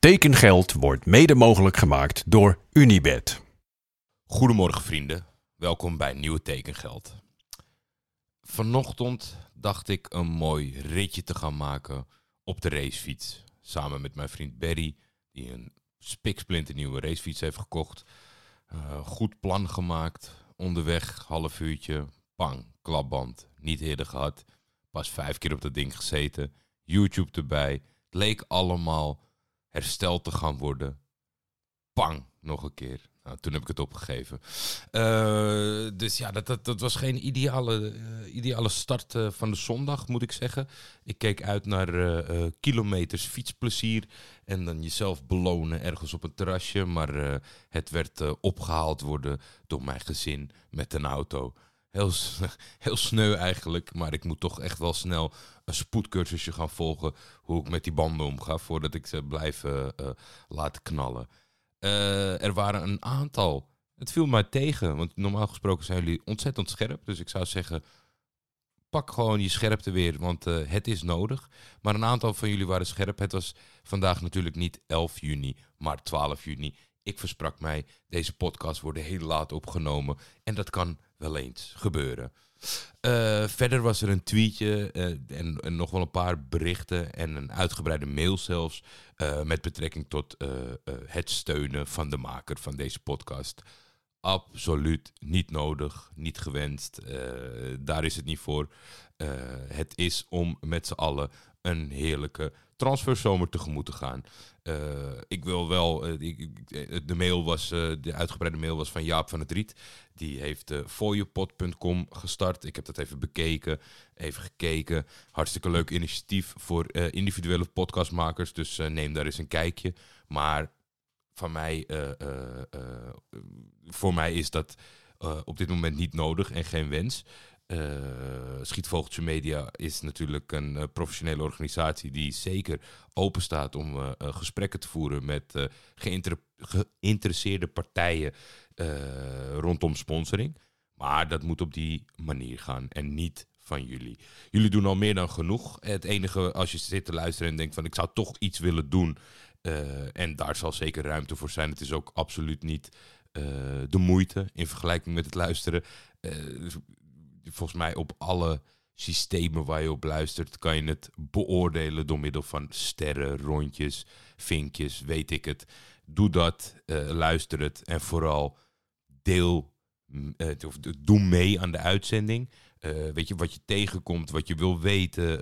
Tekengeld wordt mede mogelijk gemaakt door Unibet. Goedemorgen vrienden, welkom bij Nieuwe Tekengeld. Vanochtend dacht ik een mooi ritje te gaan maken op de racefiets. Samen met mijn vriend Barry, die een spiksplinternieuwe racefiets heeft gekocht. Goed plan gemaakt, onderweg, half uurtje, pang, klapband, niet eerder gehad. Pas 5 keer op dat ding gezeten, YouTube erbij. Het leek allemaal hersteld te gaan worden. Pang, nog een keer. Nou, toen heb ik het opgegeven. Dus ja, dat was geen ideale start van de zondag, moet ik zeggen. Ik keek uit naar kilometers fietsplezier en dan jezelf belonen ergens op een terrasje. Maar het werd opgehaald worden door mijn gezin met een auto. Heel sneu eigenlijk, maar ik moet toch echt wel snel een spoedcursusje gaan volgen hoe ik met die banden omga voordat ik ze blijf laten knallen. Er waren een aantal. Het viel mij tegen, want normaal gesproken zijn jullie ontzettend scherp. Dus ik zou zeggen, pak gewoon je scherpte weer, want het is nodig. Maar een aantal van jullie waren scherp. Het was vandaag natuurlijk niet 11 juni, maar 12 juni. Ik versprak mij, deze podcasts worden heel laat opgenomen. En dat kan wel eens gebeuren. Verder was er een tweetje en nog wel een paar berichten en een uitgebreide mail zelfs met betrekking tot het steunen van de maker van deze podcast. Absoluut niet nodig, niet gewenst, daar is het niet voor. Het is om met z'n allen een heerlijke transferzomer tegemoet te gaan. Ik wil wel, de uitgebreide mail was van Jaap van het Riet. Die heeft fooiepot.com gestart. Ik heb dat even bekeken, even gekeken. Hartstikke leuk initiatief voor individuele podcastmakers. Dus neem daar eens een kijkje. Maar voor mij is dat op dit moment niet nodig en geen wens. Schietvogeltje Media is natuurlijk een professionele organisatie die zeker open staat om gesprekken te voeren met geïnteresseerde partijen rondom sponsoring. Maar dat moet op die manier gaan en niet van jullie. Jullie doen al meer dan genoeg. Het enige, als je zit te luisteren en denkt van ik zou toch iets willen doen, en daar zal zeker ruimte voor zijn. Het is ook absoluut niet de moeite in vergelijking met het luisteren. Volgens mij op alle systemen waar je op luistert kan je het beoordelen door middel van sterren, rondjes, vinkjes, weet ik het. Doe dat, luister het en vooral doe mee aan de uitzending. Weet je, wat je tegenkomt, wat je wil weten,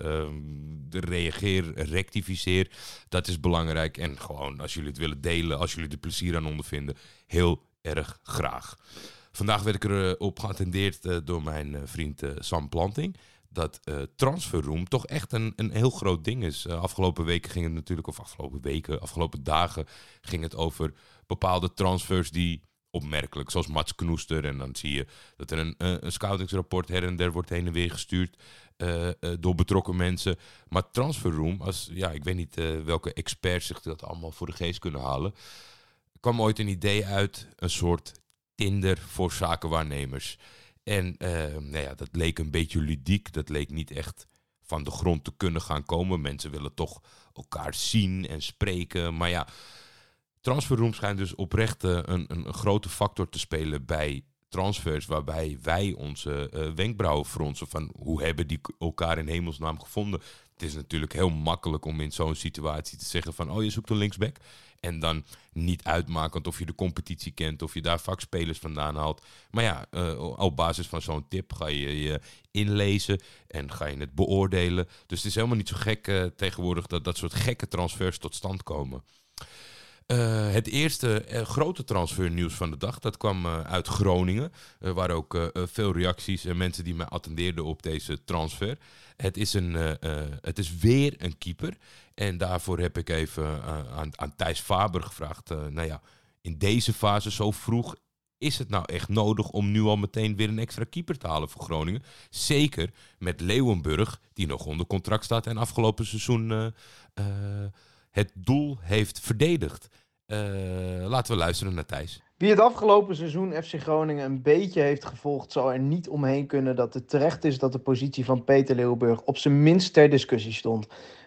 reageer, rectificeer. Dat is belangrijk. En gewoon, als jullie het willen delen, als jullie er plezier aan ondervinden, heel erg graag. Vandaag werd ik erop geattendeerd door mijn vriend Sam Planting. Dat transferroom toch echt een heel groot ding is. Afgelopen weken ging het natuurlijk, afgelopen dagen ging het over bepaalde transfers die opmerkelijk, zoals Mats Knoester. En dan zie je dat er een scoutingsrapport her en der wordt heen en weer gestuurd door betrokken mensen. Maar transferroom, ik weet niet welke experts zich dat allemaal voor de geest kunnen halen. Er kwam ooit een idee uit, een soort Tinder voor zakenwaarnemers. En dat leek een beetje ludiek. Dat leek niet echt van de grond te kunnen gaan komen. Mensen willen toch elkaar zien en spreken. Maar ja, transferroom schijnt dus oprecht een grote factor te spelen bij transfers, waarbij wij onze wenkbrauwen fronsen van hoe hebben die elkaar in hemelsnaam gevonden. Het is natuurlijk heel makkelijk om in zo'n situatie te zeggen van je zoekt een linksback. En dan niet uitmakend of je de competitie kent, of je daar vakspelers vandaan haalt. Maar ja, op basis van zo'n tip ga je je inlezen en ga je het beoordelen. Dus het is helemaal niet zo gek tegenwoordig dat soort gekke transfers tot stand komen. Het eerste grote transfernieuws van de dag, dat kwam uit Groningen. Er waren ook veel reacties en mensen die mij attendeerden op deze transfer. Het is weer een keeper. En daarvoor heb ik even aan Thijs Faber gevraagd. In deze fase zo vroeg, is het nou echt nodig om nu al meteen weer een extra keeper te halen voor Groningen? Zeker met Leeuwenburg, die nog onder contract staat en afgelopen seizoen het doel heeft verdedigd. Laten we luisteren naar Thijs. Wie het afgelopen seizoen FC Groningen een beetje heeft gevolgd, zal er niet omheen kunnen dat het terecht is dat de positie van Peter Leeuwenburg op zijn minst ter discussie stond.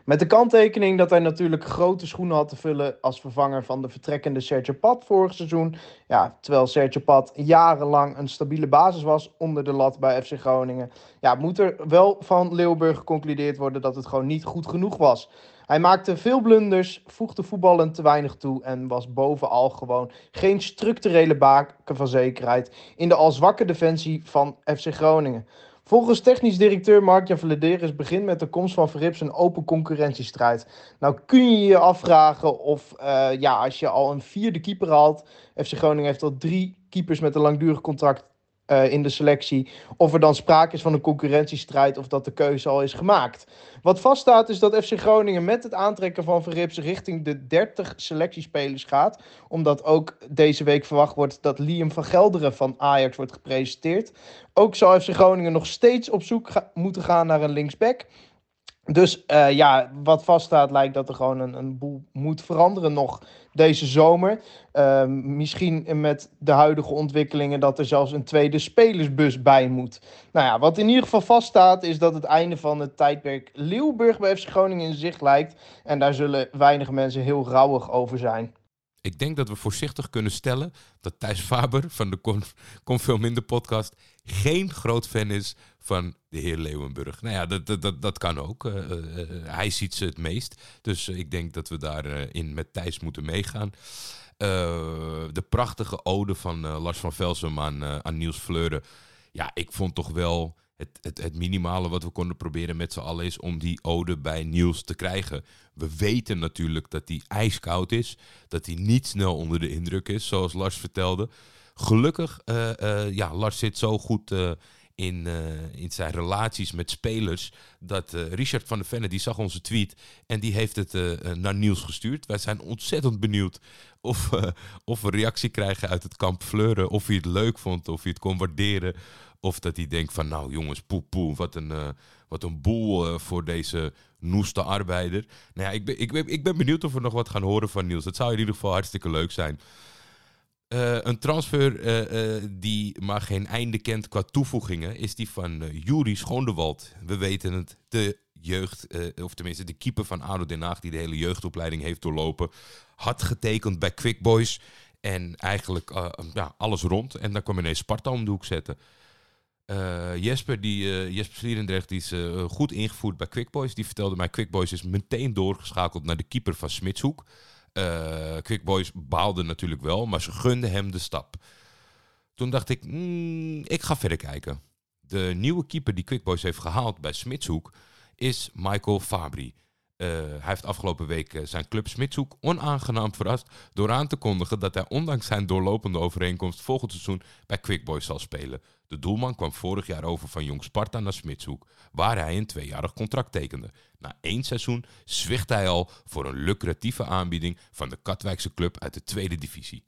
Met de kanttekening dat hij natuurlijk grote schoenen had te vullen als vervanger van de vertrekkende Serge Pat vorig seizoen. Ja, terwijl Serge Pat jarenlang een stabiele basis was onder de lat bij FC Groningen. Ja, moet er wel van Leeuwburg geconcludeerd worden dat het gewoon niet goed genoeg was. Hij maakte veel blunders, voegde voetballen te weinig toe en was bovenal gewoon geen structurele baken van zekerheid in de al zwakke defensie van FC Groningen. Volgens technisch directeur Mark-Jan Vladeris begint met de komst van Verrips een open concurrentiestrijd. Nou kun je je afvragen of als je al een vierde keeper haalt, FC Groningen heeft al 3 keepers met een langdurig contract in de selectie, of er dan sprake is van een concurrentiestrijd of dat de keuze al is gemaakt. Wat vaststaat is dat FC Groningen met het aantrekken van Verrips richting de 30 selectiespelers gaat, omdat ook deze week verwacht wordt dat Liam van Gelderen van Ajax wordt gepresenteerd. Ook zal FC Groningen nog steeds op zoek moeten gaan naar een linksback. Dus wat vaststaat lijkt dat er gewoon een boel moet veranderen nog deze zomer. Misschien met de huidige ontwikkelingen dat er zelfs een tweede spelersbus bij moet. Nou ja, wat in ieder geval vaststaat is dat het einde van het tijdperk Leeuwburg bij FC Groningen in zicht lijkt. En daar zullen weinig mensen heel rouwig over zijn. Ik denk dat we voorzichtig kunnen stellen dat Thijs Faber van de Kon Veel Minder podcast geen groot fan is van de heer Leeuwenburg. Nou ja, dat kan ook. Hij ziet ze het meest. Dus ik denk dat we daarin met Thijs moeten meegaan. De prachtige ode van Lars van Velsum aan Niels Fleuren. Ja, ik vond toch wel het minimale wat we konden proberen met z'n allen is om die ode bij Niels te krijgen. We weten natuurlijk dat hij ijskoud is. Dat hij niet snel onder de indruk is, zoals Lars vertelde. Gelukkig, Lars zit zo goed in zijn relaties met spelers, dat Richard van der Venne, die zag onze tweet en die heeft het naar Niels gestuurd. Wij zijn ontzettend benieuwd of we reactie krijgen uit het kamp Fleuren, of hij het leuk vond, of hij het kon waarderen, of dat hij denkt van nou jongens, poe, wat een boel voor deze noeste arbeider. Nou ja, ik ben benieuwd of we nog wat gaan horen van Niels. Dat zou in ieder geval hartstikke leuk zijn. Een transfer die maar geen einde kent qua toevoegingen is die van Juri Schoondewald. We weten het, de jeugd, of tenminste de keeper van ADO Den Haag die de hele jeugdopleiding heeft doorlopen, had getekend bij Quick Boys en eigenlijk alles rond. En dan kwam ineens Sparta om de hoek zetten. Jesper Slierendrecht die is goed ingevoerd bij Quick Boys. Die vertelde mij, Quick Boys is meteen doorgeschakeld naar de keeper van Smitshoek. Quick Boys baalde natuurlijk wel, maar ze gunden hem de stap. Toen dacht ik, ik ga verder kijken. De nieuwe keeper die Quick Boys heeft gehaald bij Smitshoek is Michael Fabri. Hij heeft afgelopen week zijn club Smitshoek onaangenaam verrast door aan te kondigen dat hij ondanks zijn doorlopende overeenkomst volgend seizoen bij Quick Boys zal spelen. De doelman kwam vorig jaar over van Jong Sparta naar Smitshoek, waar hij een 2-jarig contract tekende. Na 1 seizoen zwicht hij al voor een lucratieve aanbieding van de Katwijkse club uit de tweede divisie.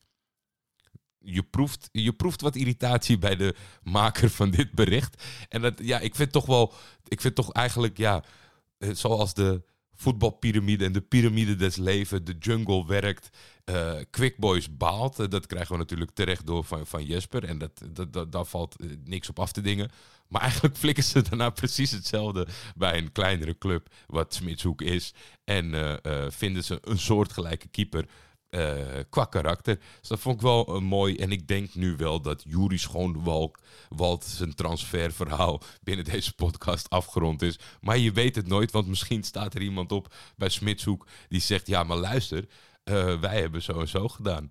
Je proeft wat irritatie bij de maker van dit bericht. En ik vind toch eigenlijk, zoals de voetbalpyramide en de piramide des levens, de jungle werkt, Quick Boys baalt. Dat krijgen we natuurlijk terecht door van Jesper. En daar valt niks op af te dingen. Maar eigenlijk flikken ze daarna precies hetzelfde bij een kleinere club, wat Smitshoek is. En vinden ze een soortgelijke keeper qua karakter. Dus dat vond ik wel mooi. En ik denk nu wel dat Juri Schoonwald zijn transferverhaal binnen deze podcast afgerond is. Maar je weet het nooit, want misschien staat er iemand op bij Smitshoek die zegt, ja, maar luister, wij hebben zo en zo gedaan.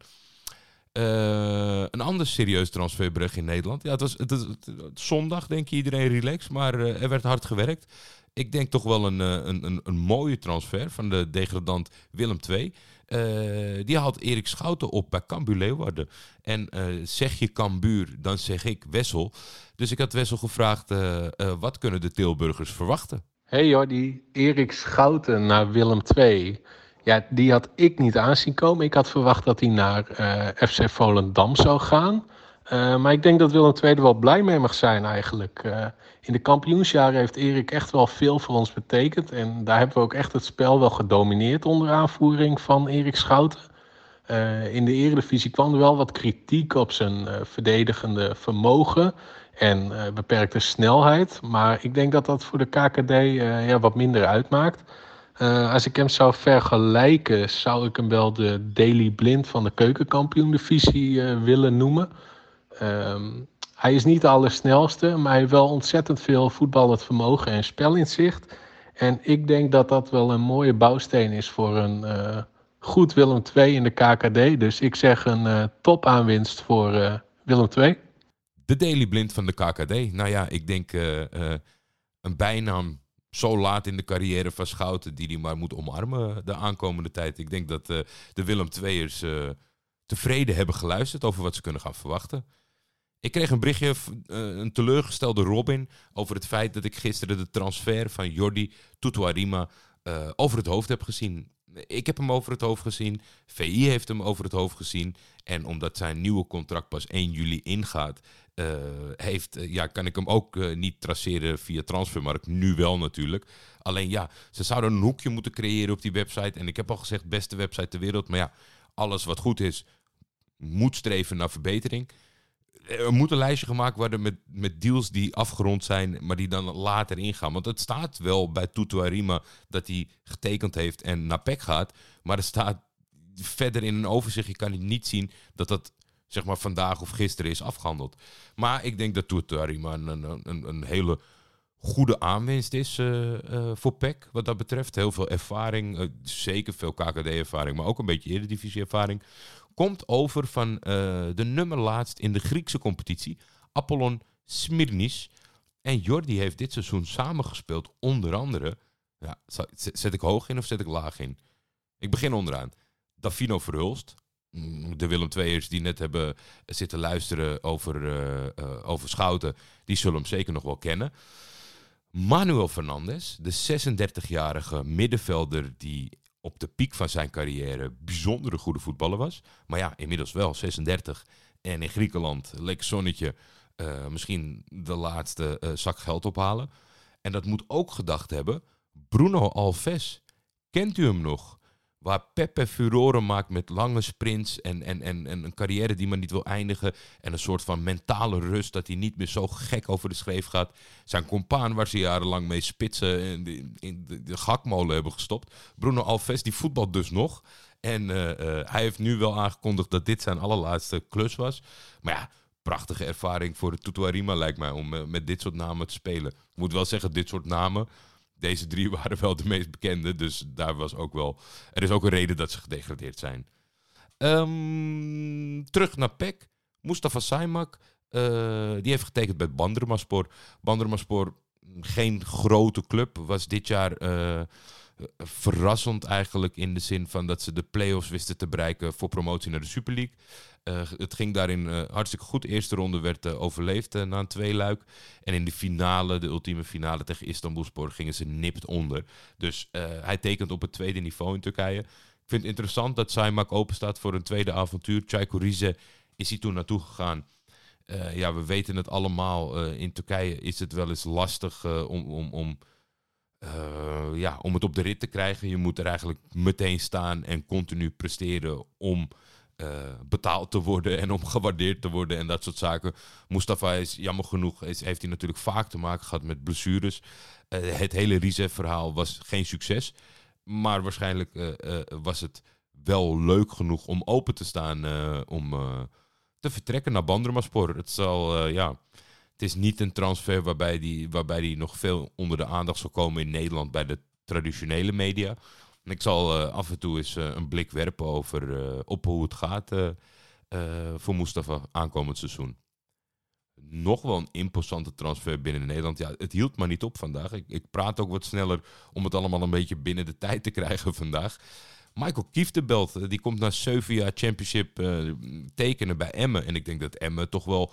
Een ander serieus transferbericht in Nederland. Ja, het was zondag, denk je, iedereen relaxed, maar er werd hard gewerkt. Ik denk toch wel een mooie transfer van de degradant Willem II. Die haalt Erik Schouten op bij Cambuur Leeuwarden. En zeg je Cambuur, dan zeg ik Wessel. Dus ik had Wessel gevraagd, wat kunnen de Tilburgers verwachten? Hey joh, die Erik Schouten naar Willem II. Ja, die had ik niet aanzien komen. Ik had verwacht dat hij naar FC Volendam zou gaan. Maar ik denk dat Willem II er wel blij mee mag zijn eigenlijk. In de kampioensjaren heeft Erik echt wel veel voor ons betekend. En daar hebben we ook echt het spel wel gedomineerd onder aanvoering van Erik Schouten. In de Eredivisie kwam er wel wat kritiek op zijn verdedigende vermogen en beperkte snelheid. Maar ik denk dat dat voor de KKD wat minder uitmaakt. Als ik hem zou vergelijken, zou ik hem wel de Daley Blind van de keukenkampioen-divisie willen noemen. Hij is niet de allersnelste, maar hij heeft wel ontzettend veel voetballend vermogen en spelinzicht. En ik denk dat dat wel een mooie bouwsteen is voor een goed Willem II in de KKD. Dus ik zeg een topaanwinst voor Willem II. De Daley Blind van de KKD. Nou ja, ik denk een bijnaam zo laat in de carrière van Schouten die hij maar moet omarmen de aankomende tijd. Ik denk dat de Willem II'ers tevreden hebben geluisterd over wat ze kunnen gaan verwachten. Ik kreeg een berichtje, een teleurgestelde Robin, over het feit dat ik gisteren de transfer van Jordi Tutuarima over het hoofd heb gezien. Ik heb hem over het hoofd gezien, VI heeft hem over het hoofd gezien. En omdat zijn nieuwe contract pas 1 juli ingaat, kan ik hem ook niet traceren via Transfermarkt. Nu wel natuurlijk. Alleen ja, ze zouden een hoekje moeten creëren op die website. En ik heb al gezegd, beste website ter wereld. Maar ja, alles wat goed is, moet streven naar verbetering. Er moet een lijstje gemaakt worden met deals die afgerond zijn, maar die dan later ingaan. Want het staat wel bij Tutuarima dat hij getekend heeft en naar PEC gaat. Maar er staat verder in een overzicht, je kan niet zien dat dat zeg maar vandaag of gisteren is afgehandeld. Maar ik denk dat Tutuarima een hele goede aanwinst is voor PEC wat dat betreft. Heel veel ervaring, zeker veel KKD-ervaring, maar ook een beetje Eredivisie-ervaring. Komt over van de nummerlaatst in de Griekse competitie, Apollon Smirnis. En Jordi heeft dit seizoen samengespeeld, onder andere. Ja, zet ik hoog in of zet ik laag in? Ik begin onderaan. Davino Verhulst. De Willem II'ers die net hebben zitten luisteren over Schouten, die zullen hem zeker nog wel kennen. Manuel Fernandes, de 36-jarige middenvelder die op de piek van zijn carrière bijzondere goede voetballer was. Maar ja, inmiddels wel 36. En in Griekenland, lekker zonnetje, misschien de laatste zak geld ophalen. En dat moet ook gedacht hebben, Bruno Alves. Kent u hem nog? Waar Pepe furoren maakt met lange sprints en een carrière die maar niet wil eindigen. En een soort van mentale rust dat hij niet meer zo gek over de schreef gaat. Zijn compaan waar ze jarenlang mee spitsen in de gakmolen hebben gestopt. Bruno Alves, die voetbalt dus nog. En hij heeft nu wel aangekondigd dat dit zijn allerlaatste klus was. Maar ja, prachtige ervaring voor de Tutuarima lijkt mij om met dit soort namen te spelen. Ik moet wel zeggen, dit soort namen, deze 3 waren wel de meest bekende, dus daar was ook wel. Er is ook een reden dat ze gedegradeerd zijn. Terug naar PEC. Mustafa Saimak, die heeft getekend bij Bandırmaspor. Bandırmaspor, geen grote club, was dit jaar verrassend eigenlijk in de zin van dat ze de play-offs wisten te bereiken voor promotie naar de Super League. Het ging daarin hartstikke goed. De eerste ronde werd overleefd na een 2-luik. En in de finale, de ultieme finale tegen Istanbulspor, gingen ze nipt onder. Dus hij tekent op het tweede niveau in Turkije. Ik vind het interessant dat Saimak openstaat voor een tweede avontuur. Çaykur Rize is hij toen naartoe gegaan. We weten het allemaal. In Turkije is het wel eens lastig om het op de rit te krijgen. Je moet er eigenlijk meteen staan en continu presteren om betaald te worden en om gewaardeerd te worden en dat soort zaken. Mustafa is jammer genoeg, heeft hij natuurlijk vaak te maken gehad met blessures. Het hele Rize-verhaal was geen succes, maar waarschijnlijk was het wel leuk genoeg om open te staan om te vertrekken naar Bandırmaspor. Het is niet een transfer waarbij die nog veel onder de aandacht zal komen in Nederland bij de traditionele media. Ik zal af en toe eens een blik werpen op hoe het gaat voor Mustafa aankomend seizoen. Nog wel een imposante transfer binnen Nederland. Ja, het hield maar niet op vandaag. Ik praat ook wat sneller om het allemaal een beetje binnen de tijd te krijgen vandaag. Michael Kieftenbelt, die komt na 7 jaar Championship tekenen bij Emmen. En ik denk dat Emmen toch wel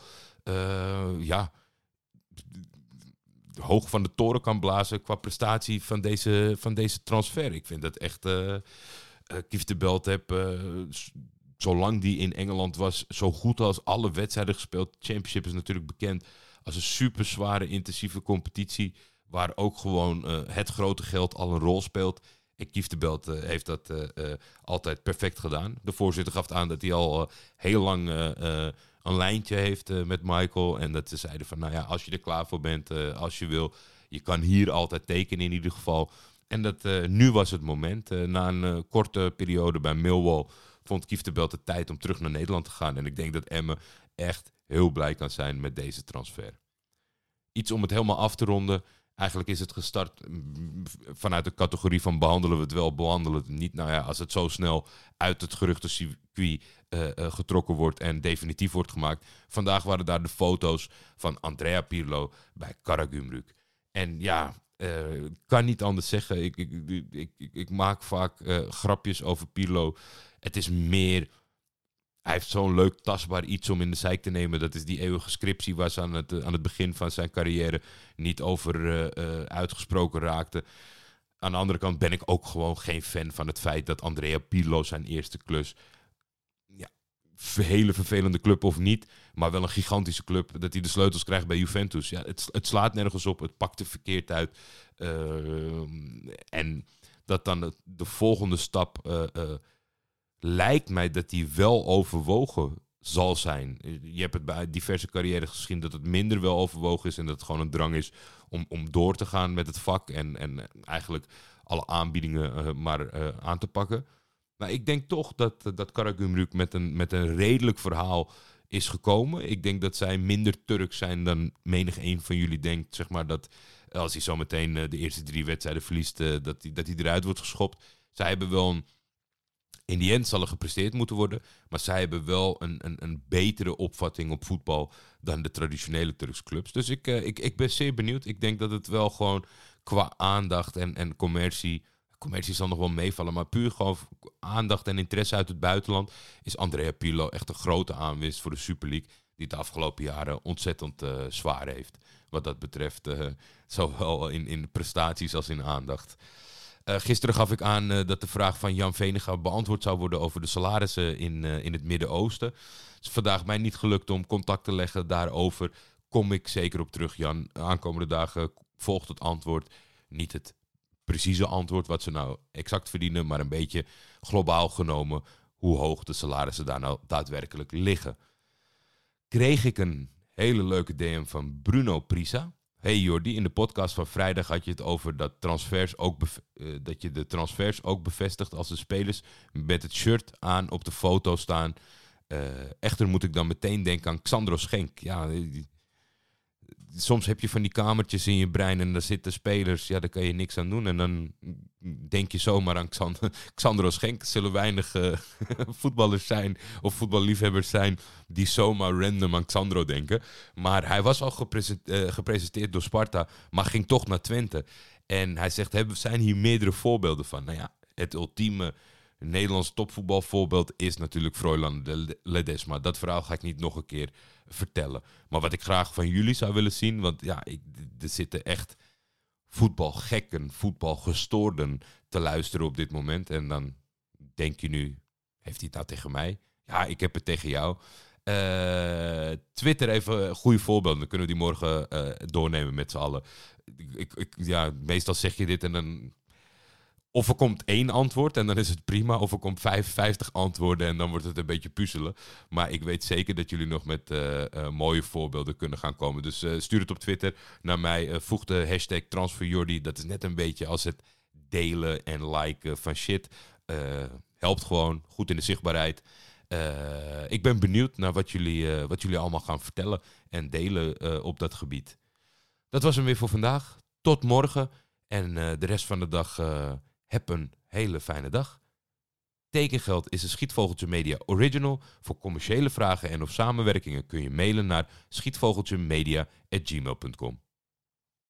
hoog van de toren kan blazen qua prestatie van deze transfer. Ik vind dat echt Kieftenbelt zolang die in Engeland was, zo goed als alle wedstrijden gespeeld. Championship is natuurlijk bekend als een super zware, intensieve competitie, waar ook gewoon het grote geld al een rol speelt. En Kieftenbelt heeft dat altijd perfect gedaan. De voorzitter gaf aan dat hij al heel lang een lijntje heeft met Michael. En dat ze zeiden van, nou ja, als je er klaar voor bent, als je wil, je kan hier altijd tekenen in ieder geval. En nu was het moment. Na een korte periode bij Millwall vond Kieftenbelt de tijd om terug naar Nederland te gaan. En ik denk dat Emmen echt heel blij kan zijn met deze transfer. Iets om het helemaal af te ronden. Eigenlijk is het gestart vanuit de categorie van behandelen we het wel, behandelen we het niet. Nou ja, als het zo snel uit het geruchtencircuit getrokken wordt en definitief wordt gemaakt. Vandaag waren daar de foto's van Andrea Pirlo bij Karagümrük. En ja, ik kan niet anders zeggen. Ik maak vaak grapjes over Pirlo. Het is meer... Hij heeft zo'n leuk tastbaar iets om in de zeik te nemen. Dat is die eeuwige scriptie waar ze aan het begin van zijn carrière niet over uitgesproken raakten. Aan de andere kant ben ik ook gewoon geen fan van het feit dat Andrea Pirlo zijn eerste klus... Ja, hele vervelende club of niet, maar wel een gigantische club. Dat hij de sleutels krijgt bij Juventus. Ja, het slaat nergens op, het pakt er verkeerd uit. En dat dan de volgende stap... lijkt mij dat die wel overwogen zal zijn. Je hebt het bij diverse carrières gezien dat het minder wel overwogen is en dat het gewoon een drang is om door te gaan met het vak en eigenlijk alle aanbiedingen maar aan te pakken. Maar ik denk toch dat Karagümrük met een redelijk verhaal is gekomen. Ik denk dat zij minder Turks zijn dan menig een van jullie denkt. Zeg maar dat als hij zo meteen de eerste 3 wedstrijden verliest, dat hij eruit wordt geschopt. Zij hebben wel in die end zal er gepresteerd moeten worden. Maar zij hebben wel een betere opvatting op voetbal dan de traditionele Turkse clubs. Dus ik ben zeer benieuwd. Ik denk dat het wel gewoon qua aandacht en commercie... Commercie zal nog wel meevallen, maar puur gewoon aandacht en interesse uit het buitenland... is Andrea Pirlo echt een grote aanwinst voor de Super League... die de afgelopen jaren ontzettend zwaar heeft. Wat dat betreft, zowel in prestaties als in aandacht. Gisteren gaf ik aan dat de vraag van Jan Venega beantwoord zou worden over de salarissen in het Midden-Oosten. Het is vandaag mij niet gelukt om contact te leggen daarover. Kom ik zeker op terug, Jan. Aankomende dagen volgt het antwoord. Niet het precieze antwoord wat ze nou exact verdienen, maar een beetje globaal genomen hoe hoog de salarissen daar nou daadwerkelijk liggen. Kreeg ik een hele leuke DM van Bruno Prisa. Hey Jordi, in de podcast van vrijdag had je het over dat je de transfers ook bevestigt als de spelers met het shirt aan op de foto staan. Echter moet ik dan meteen denken aan Xandro Schenk. Ja, soms heb je van die kamertjes in je brein en daar zitten spelers, ja, daar kan je niks aan doen. En dan denk je zomaar aan Xandro Schenk. Er zullen weinig voetballers zijn of voetballiefhebbers zijn die zomaar random aan Xandro denken. Maar hij was al gepresenteerd door Sparta, maar ging toch naar Twente. En hij zegt, zijn hier meerdere voorbeelden van. Nou ja, het ultieme Nederlands topvoetbalvoorbeeld is natuurlijk Froylan Ledesma. Dat verhaal ga ik niet nog een keer vertellen. Maar wat ik graag van jullie zou willen zien, want ja, er zitten echt voetbalgekken, voetbalgestoorden te luisteren op dit moment. En dan denk je nu, heeft hij het nou tegen mij? Ja, ik heb het tegen jou. Twitter even een goede voorbeeld. Dan kunnen we die morgen doornemen met z'n allen. Meestal zeg je dit en dan... Of er komt 1 antwoord en dan is het prima. Of er komt 55 antwoorden en dan wordt het een beetje puzzelen. Maar ik weet zeker dat jullie nog met mooie voorbeelden kunnen gaan komen. Dus stuur het op Twitter naar mij. Voeg de hashtag TransferJordi. Dat is net een beetje als het delen en liken van shit. Helpt gewoon. Goed in de zichtbaarheid. Ik ben benieuwd naar wat jullie allemaal gaan vertellen en delen op dat gebied. Dat was hem weer voor vandaag. Tot morgen. En de rest van de dag... Heb een hele fijne dag. Tekengeld is een Schietvogeltje Media original. Voor commerciële vragen en of samenwerkingen kun je mailen naar schietvogeltjemedia@gmail.com.